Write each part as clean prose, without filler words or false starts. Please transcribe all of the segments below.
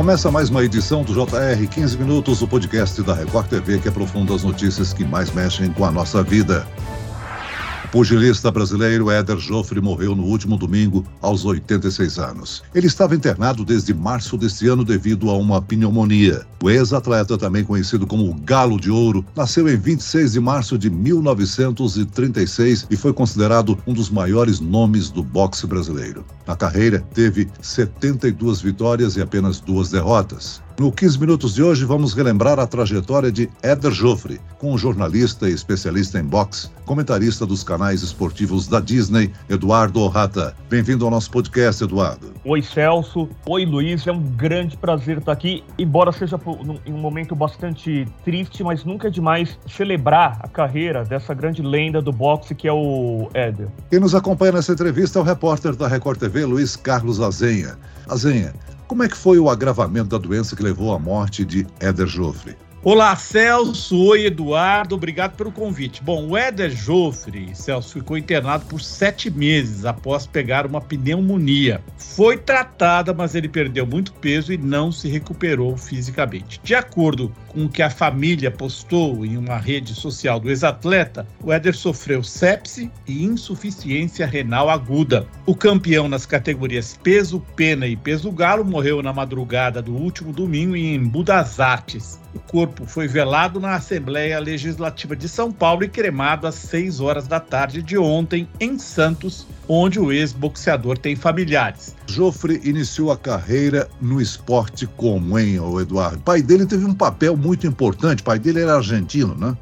Começa mais uma edição do JR 15 Minutos, o podcast da Record TV que aprofunda as notícias que mais mexem com a nossa vida. O pugilista brasileiro Éder Joffre morreu no último domingo, aos 86 anos. Ele estava internado desde março deste ano devido a uma pneumonia. O ex-atleta, também conhecido como o Galo de Ouro, nasceu em 26 de março de 1936 e foi considerado um dos maiores nomes do boxe brasileiro. Na carreira, teve 72 vitórias e apenas 2 derrotas. No 15 Minutos de hoje, vamos relembrar a trajetória de Éder Joffre, com o jornalista e especialista em boxe, comentarista dos canais esportivos da Disney, Eduardo Orrata. Bem-vindo ao nosso podcast, Eduardo. Oi, Celso. Oi, Luiz. É um grande prazer estar aqui, embora seja em um momento bastante triste, mas nunca é demais celebrar a carreira dessa grande lenda do boxe que é o Éder. Quem nos acompanha nessa entrevista é o repórter da Record TV, Luiz Carlos Azenha. Azenha, como é que foi o agravamento da doença que levou à morte de Éder Joffre? Olá, Celso. Oi, Eduardo. Obrigado pelo convite. Bom, o Éder Joffre, Celso, ficou internado por 7 meses após pegar uma pneumonia. Foi tratada, mas ele perdeu muito peso e não se recuperou fisicamente. De acordo com o que a família postou em uma rede social do ex-atleta, o Éder sofreu sepse e insuficiência renal aguda. O campeão nas categorias peso, pena e peso galo morreu na madrugada do último domingo em Embu das Artes. O corpo foi velado na Assembleia Legislativa de São Paulo e cremado às 6 horas da tarde de ontem em Santos, onde o ex-boxeador tem familiares. Joffre iniciou a carreira no esporte como, hein, Eduardo? O pai dele teve um papel muito importante, o pai dele era argentino, né?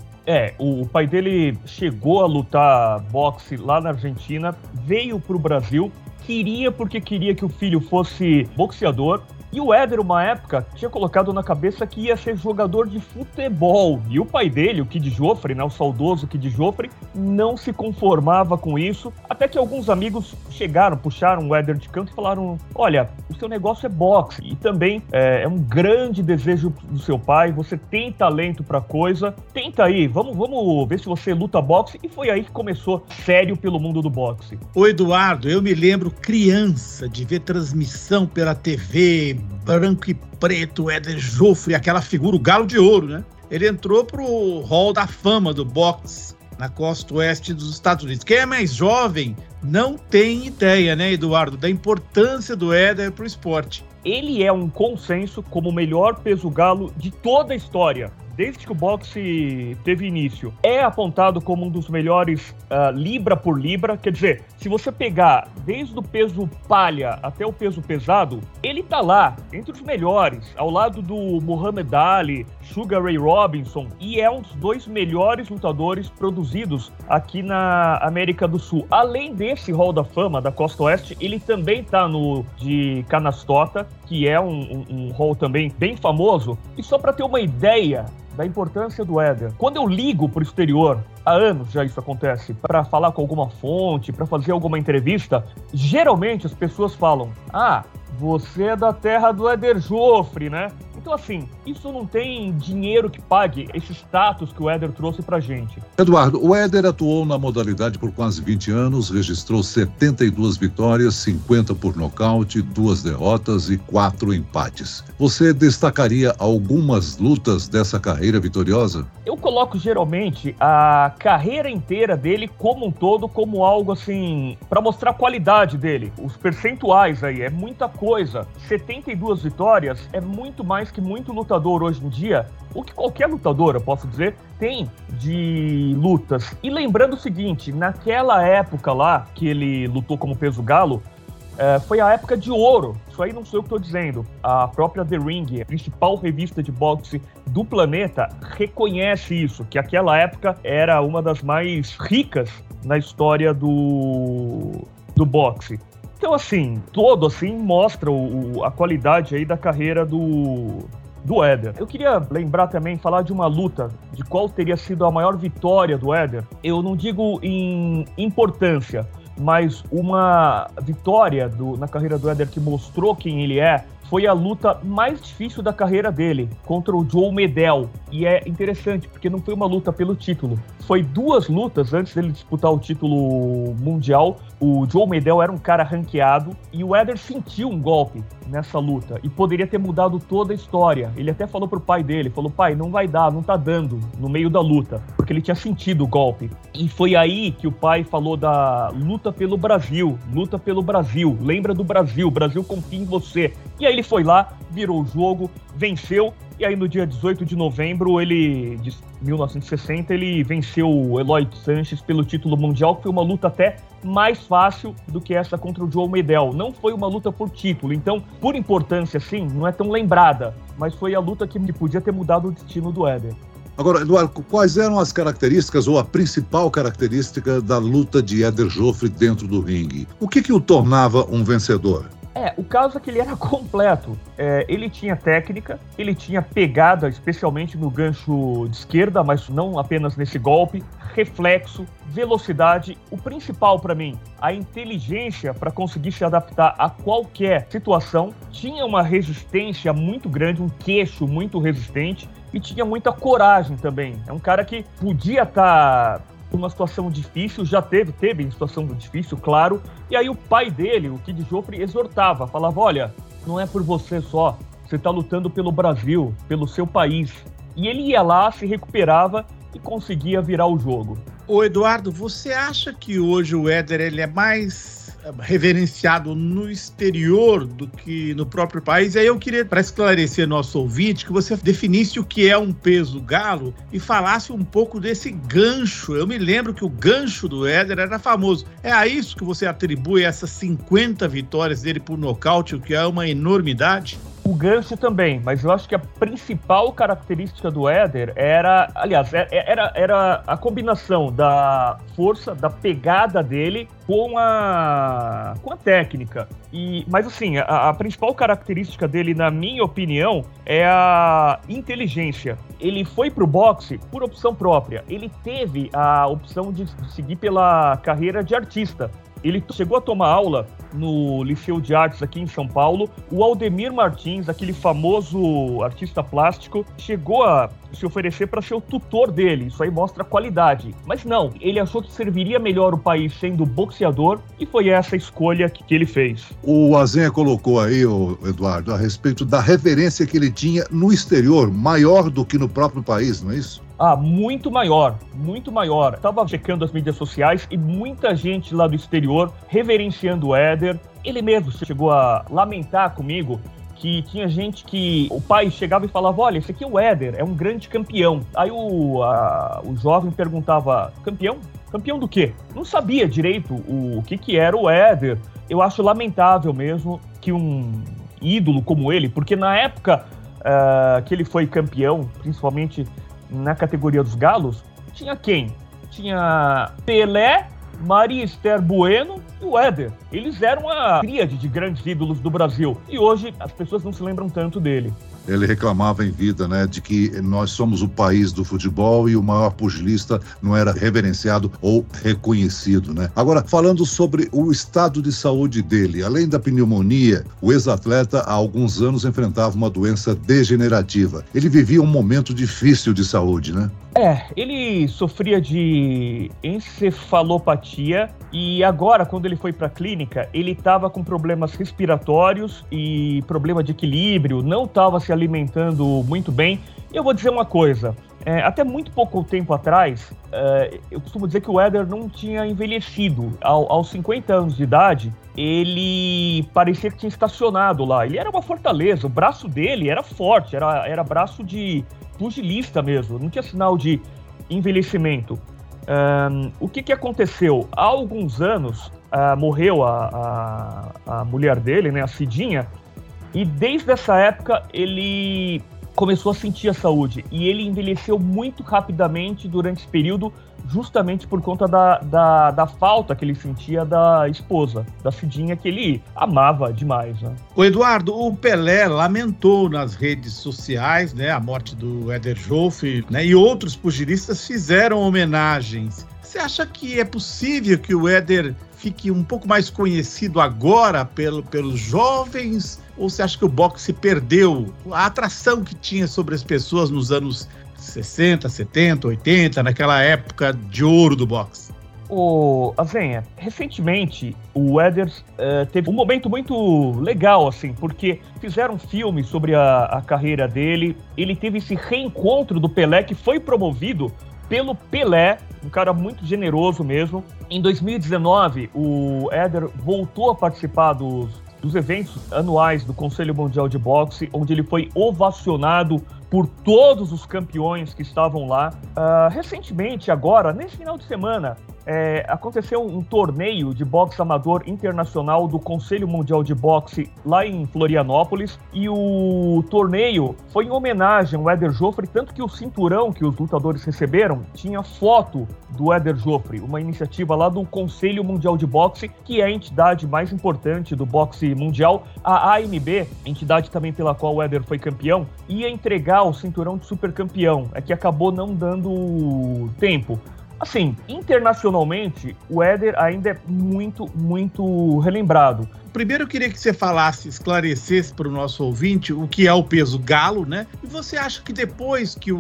O pai dele chegou a lutar boxe lá na Argentina, veio para o Brasil, porque queria que o filho fosse boxeador. E o Éder, uma época, tinha colocado na cabeça que ia ser jogador de futebol. E o pai dele, o Kid Joffre, o saudoso Kid Joffre, não se conformava com isso. Até que alguns amigos puxaram o Éder de canto e falaram: olha, o seu negócio é boxe. E também é um grande desejo do seu pai, você tem talento pra coisa. Tenta aí, vamos ver se você luta boxe. E foi aí que começou sério pelo mundo do boxe. Ô Eduardo, eu me lembro criança de ver transmissão pela TV, branco e preto, Éder Joffre, aquela figura, o Galo de Ouro, né? Ele entrou pro Hall da Fama do boxe na costa oeste dos Estados Unidos. Quem é mais jovem não tem ideia, né, Eduardo, da importância do Éder pro esporte. Ele é um consenso como o melhor peso galo de toda a história. Desde que o boxe teve início, é apontado como um dos melhores libra por libra. Quer dizer, se você pegar desde o peso palha até o peso pesado, ele tá lá, entre os melhores, ao lado do Muhammad Ali, Sugar Ray Robinson, e é um dos 2 melhores lutadores produzidos aqui na América do Sul. Além desse Hall da Fama da Costa Oeste, ele também tá no de Canastota, que é um hall também bem famoso. E só para ter uma ideia da importância do Éder, quando eu ligo pro exterior, há anos já isso acontece, para falar com alguma fonte, para fazer alguma entrevista, geralmente as pessoas falam: ah, você é da terra do Éder Joffre, né? Então, assim, isso não tem dinheiro que pague esse status que o Éder trouxe pra gente. Eduardo, o Éder atuou na modalidade por quase 20 anos, registrou 72 vitórias, 50 por nocaute, 2 derrotas e 4 empates. Você destacaria algumas lutas dessa carreira vitoriosa? Eu coloco geralmente a carreira inteira dele como um todo como algo assim, pra mostrar a qualidade dele. Os percentuais aí, é muita coisa. 72 vitórias é muito mais que muito lutador hoje em dia, o que qualquer lutador, eu posso dizer, tem de lutas. E lembrando o seguinte, naquela época lá, que ele lutou como peso galo, foi a época de ouro. Isso aí não sou eu que estou dizendo. A própria The Ring, a principal revista de boxe do planeta, reconhece isso, que aquela época era uma das mais ricas na história do boxe. Então, assim, mostra a qualidade aí da carreira do Éder. Eu queria lembrar também, falar de uma luta, de qual teria sido a maior vitória do Éder. Eu não digo em importância, mas uma vitória na carreira do Éder que mostrou quem ele é, foi a luta mais difícil da carreira dele, contra o Joe Medel. E é interessante, porque não foi uma luta pelo título. Foi 2 lutas antes dele disputar o título mundial. O Joe Medel era um cara ranqueado e o Éder sentiu um golpe nessa luta e poderia ter mudado toda a história. Ele até falou pro pai dele, falou: pai, não vai dar, não tá dando no meio da luta, porque ele tinha sentido o golpe. E foi aí que o pai falou da luta pelo Brasil, lembra do Brasil, o Brasil confia em você. E aí ele foi lá, virou o jogo, venceu, e aí no dia 18 de novembro, de 1960, ele venceu o Eloy Sanches pelo título mundial, que foi uma luta até mais fácil do que essa contra o Joe Medel. Não foi uma luta por título, então, por importância, assim, não é tão lembrada, mas foi a luta que podia ter mudado o destino do Éder. Agora, Eduardo, quais eram as características ou a principal característica da luta de Éder Joffre dentro do ringue? O que o tornava um vencedor? O caso é que ele era completo. Ele tinha técnica, ele tinha pegada, especialmente no gancho de esquerda, mas não apenas nesse golpe, reflexo, velocidade. O principal para mim, a inteligência para conseguir se adaptar a qualquer situação. Tinha uma resistência muito grande, um queixo muito resistente e tinha muita coragem também. É um cara que podia estar uma situação difícil, já teve em situação difícil, claro, e aí o pai dele, o Kid Joffre, exortava, falava: olha, não é por você só, você tá lutando pelo Brasil, pelo seu país. E ele ia lá, se recuperava e conseguia virar o jogo. Ô Eduardo, você acha que hoje o Éder ele é mais reverenciado no exterior do que no próprio país? E aí eu queria, para esclarecer nosso ouvinte, que você definisse o que é um peso galo e falasse um pouco desse gancho. Eu me lembro que o gancho do Éder era famoso. É a isso que você atribui essas 50 vitórias dele por nocaute, o que é uma enormidade? O gancho também, mas eu acho que a principal característica do Éder era a combinação da força, da pegada dele com a técnica. Mas assim, a principal característica dele, na minha opinião, é a inteligência. Ele foi pro boxe por opção própria. Ele teve a opção de seguir pela carreira de artista. Ele chegou a tomar aula no Liceu de Artes aqui em São Paulo. O Aldemir Martins, aquele famoso artista plástico, chegou a se oferecer para ser o tutor dele. Isso aí mostra a qualidade. Mas não, ele achou que serviria melhor o país sendo boxeador e foi essa a escolha que ele fez. O Azenha colocou aí, Eduardo, a respeito da reverência que ele tinha no exterior, maior do que no próprio país, não é isso? Muito maior, muito maior. Estava checando as mídias sociais e muita gente lá do exterior reverenciando o Éder. Ele mesmo chegou a lamentar comigo que tinha gente que o pai chegava e falava: olha, esse aqui é o Éder, é um grande campeão. Aí o jovem perguntava: campeão? Campeão do quê? Não sabia direito o que era o Éder. Eu acho lamentável mesmo que um ídolo como ele, porque na época que ele foi campeão, principalmente na categoria dos galos, tinha quem? Tinha Pelé, Maria Esther Bueno e o Éder. Eles eram a tríade de grandes ídolos do Brasil. E hoje as pessoas não se lembram tanto dele. Ele reclamava em vida, né, de que nós somos o país do futebol e o maior pugilista não era reverenciado ou reconhecido, né? Agora, falando sobre o estado de saúde dele, além da pneumonia, o ex-atleta há alguns anos enfrentava uma doença degenerativa. Ele vivia um momento difícil de saúde, né? Ele sofria de encefalopatia e agora, quando ele foi para a clínica, ele estava com problemas respiratórios e problema de equilíbrio, não estava se alimentando muito bem. E eu vou dizer uma coisa, até muito pouco tempo atrás, eu costumo dizer que o Éder não tinha envelhecido. Aos 50 anos de idade, ele parecia que tinha estacionado lá. Ele era uma fortaleza, o braço dele era forte, era braço de pugilista mesmo, não tinha sinal de envelhecimento. O que aconteceu? Há alguns anos morreu a mulher dele, né, a Cidinha, e desde essa época ele começou a sentir a saúde e ele envelheceu muito rapidamente durante esse período, justamente por conta da falta que ele sentia da esposa, da Cidinha, que ele amava demais, né? O Eduardo, o Pelé lamentou nas redes sociais, né, a morte do Éder Joffre, né, e outros pugilistas fizeram homenagens. Você acha que é possível que o Éder fique um pouco mais conhecido agora pelos jovens? Ou você acha que o boxe perdeu a atração que tinha sobre as pessoas nos anos 60, 70, 80, naquela época de ouro do boxe? Azenha, recentemente o Éder teve um momento muito legal, assim, porque fizeram um filme sobre a carreira dele. Ele teve esse reencontro do Pelé, que foi promovido pelo Pelé, um cara muito generoso mesmo. Em 2019, o Éder voltou a participar dos eventos anuais do Conselho Mundial de Boxe, onde ele foi ovacionado por todos os campeões que estavam lá. Recentemente, agora, nesse final de semana, aconteceu um torneio de boxe amador internacional do Conselho Mundial de Boxe lá em Florianópolis, e o torneio foi em homenagem ao Éder Joffre, tanto que o cinturão que os lutadores receberam tinha foto do Éder Joffre, uma iniciativa lá do Conselho Mundial de Boxe, que é a entidade mais importante do boxe mundial. A AMB, entidade também pela qual o Éder foi campeão, ia entregar o cinturão de supercampeão, que acabou não dando tempo. Assim, internacionalmente, o Éder ainda é muito, muito relembrado. Primeiro eu queria que você esclarecesse para o nosso ouvinte o que é o peso galo, né? E você acha que depois que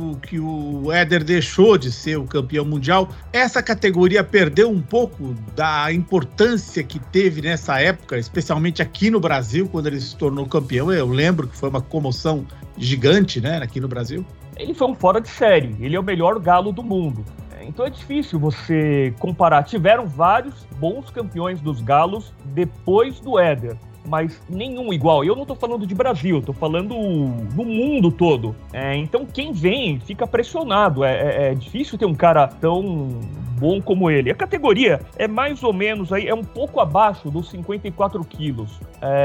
o Éder deixou de ser o campeão mundial, essa categoria perdeu um pouco da importância que teve nessa época, especialmente aqui no Brasil, quando ele se tornou campeão? Eu lembro que foi uma comoção gigante, né, aqui no Brasil. Ele foi um fora de série, ele é o melhor galo do mundo. Então é difícil você comparar. Tiveram vários bons campeões dos galos depois do Éder, mas nenhum igual. Eu não tô falando de Brasil, tô falando no mundo todo. Então quem vem fica pressionado. É difícil ter um cara tão bom como ele. A categoria é mais ou menos aí, é um pouco abaixo dos 54 quilos.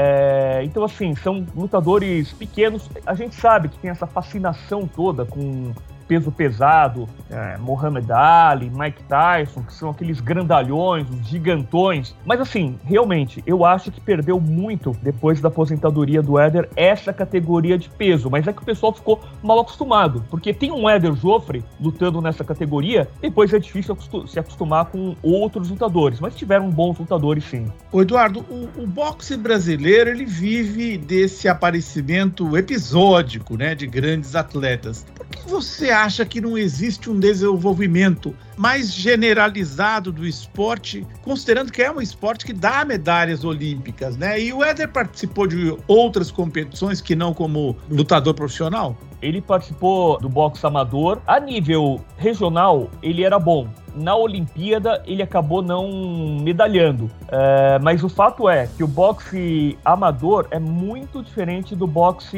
Então assim, são lutadores pequenos. A gente sabe que tem essa fascinação toda com peso pesado, Muhammad Ali, Mike Tyson, que são aqueles grandalhões, os gigantões. Mas assim, realmente, eu acho que perdeu muito depois da aposentadoria do Éder essa categoria de peso. Mas é que o pessoal ficou mal acostumado, porque tem um Éder Joffre lutando nessa categoria, depois é difícil se acostumar com outros lutadores. Mas tiveram bons lutadores, sim. Ô Eduardo, o boxe brasileiro, ele vive desse aparecimento episódico, né, de grandes atletas. Por que você acha que não existe um desenvolvimento mais generalizado do esporte, considerando que é um esporte que dá medalhas olímpicas, né? E o Éder participou de outras competições que não como lutador profissional? Ele participou do boxe amador. A nível regional, ele era bom. Na Olimpíada, ele acabou não medalhando. Mas o fato é que o boxe amador é muito diferente do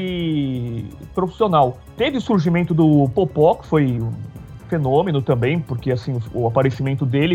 boxe profissional. Teve o surgimento do Popó, que foi um fenômeno também, porque assim, o aparecimento dele,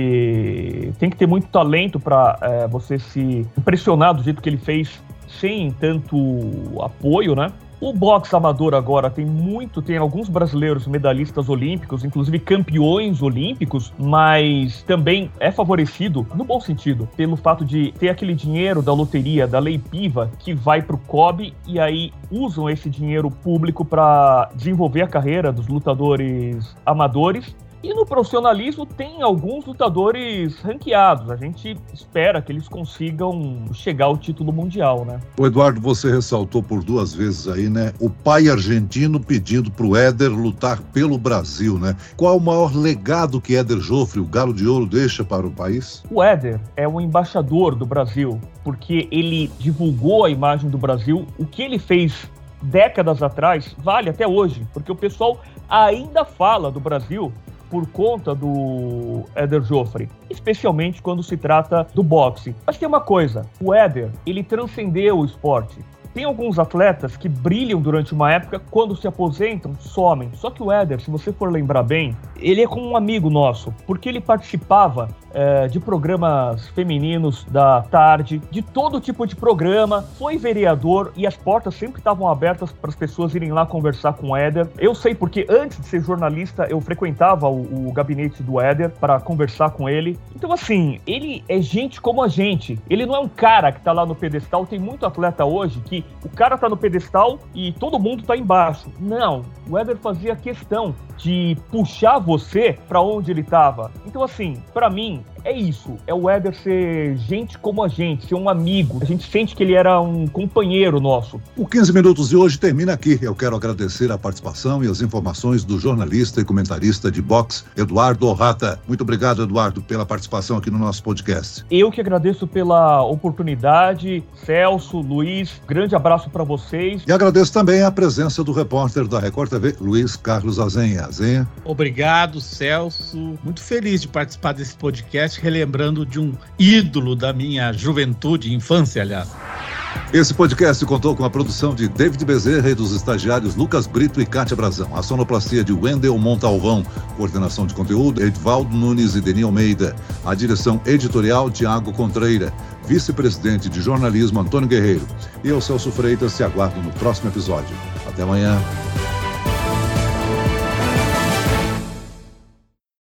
porque tem que ter muito talento para você se impressionar do jeito que ele fez, sem tanto apoio, né? O boxe amador agora tem alguns brasileiros medalhistas olímpicos, inclusive campeões olímpicos, mas também é favorecido, no bom sentido, pelo fato de ter aquele dinheiro da loteria, da Lei Piva, que vai pro COB, e aí usam esse dinheiro público para desenvolver a carreira dos lutadores amadores. E no profissionalismo tem alguns lutadores ranqueados. A gente espera que eles consigam chegar ao título mundial, né? O Eduardo, você ressaltou por 2 vezes aí, né? O pai argentino pedindo pro Éder lutar pelo Brasil, né? Qual o maior legado que Éder Joffre, o Galo de Ouro, deixa para o país? O Éder é o embaixador do Brasil, porque ele divulgou a imagem do Brasil. O que ele fez décadas atrás vale até hoje, porque o pessoal ainda fala do Brasil por conta do Éder Joffre, especialmente quando se trata do boxe. Mas tem uma coisa, o Éder, ele transcendeu o esporte. Tem alguns atletas que brilham durante uma época, quando se aposentam, somem. Só que o Éder, se você for lembrar bem, ele é como um amigo nosso, porque ele participava de programas femininos da tarde, de todo tipo de programa, foi vereador e as portas sempre estavam abertas para as pessoas irem lá conversar com o Éder. Eu sei porque antes de ser jornalista eu frequentava o gabinete do Éder para conversar com ele. Então assim, ele é gente como a gente, ele não é um cara que tá lá no pedestal. Tem muito atleta hoje que o cara tá no pedestal e todo mundo tá embaixo. Não, o Éder fazia questão de puxar você para onde ele tava. Então assim, para mim, é isso. É o Éder ser gente como a gente, ser um amigo. A gente sente que ele era um companheiro nosso. O 15 Minutos de hoje termina aqui. Eu quero agradecer a participação e as informações do jornalista e comentarista de boxe, Eduardo Orrata. Muito obrigado, Eduardo, pela participação aqui no nosso podcast. Eu que agradeço pela oportunidade. Celso, Luiz, grande abraço para vocês. E agradeço também a presença do repórter da Record TV, Luiz Carlos Azenha. Azenha. Obrigado, Celso. Muito feliz de participar desse podcast, relembrando de um ídolo da minha juventude, infância, aliás. Esse podcast contou com a produção de David Bezerra e dos estagiários Lucas Brito e Kátia Brazão. A sonoplastia de Wendel Montalvão. Coordenação de conteúdo, Edvaldo Nunes e Deni Almeida. A direção editorial, Tiago Contreira. Vice-presidente de jornalismo, Antônio Guerreiro. E eu, Celso Freitas, te aguardo no próximo episódio. Até amanhã.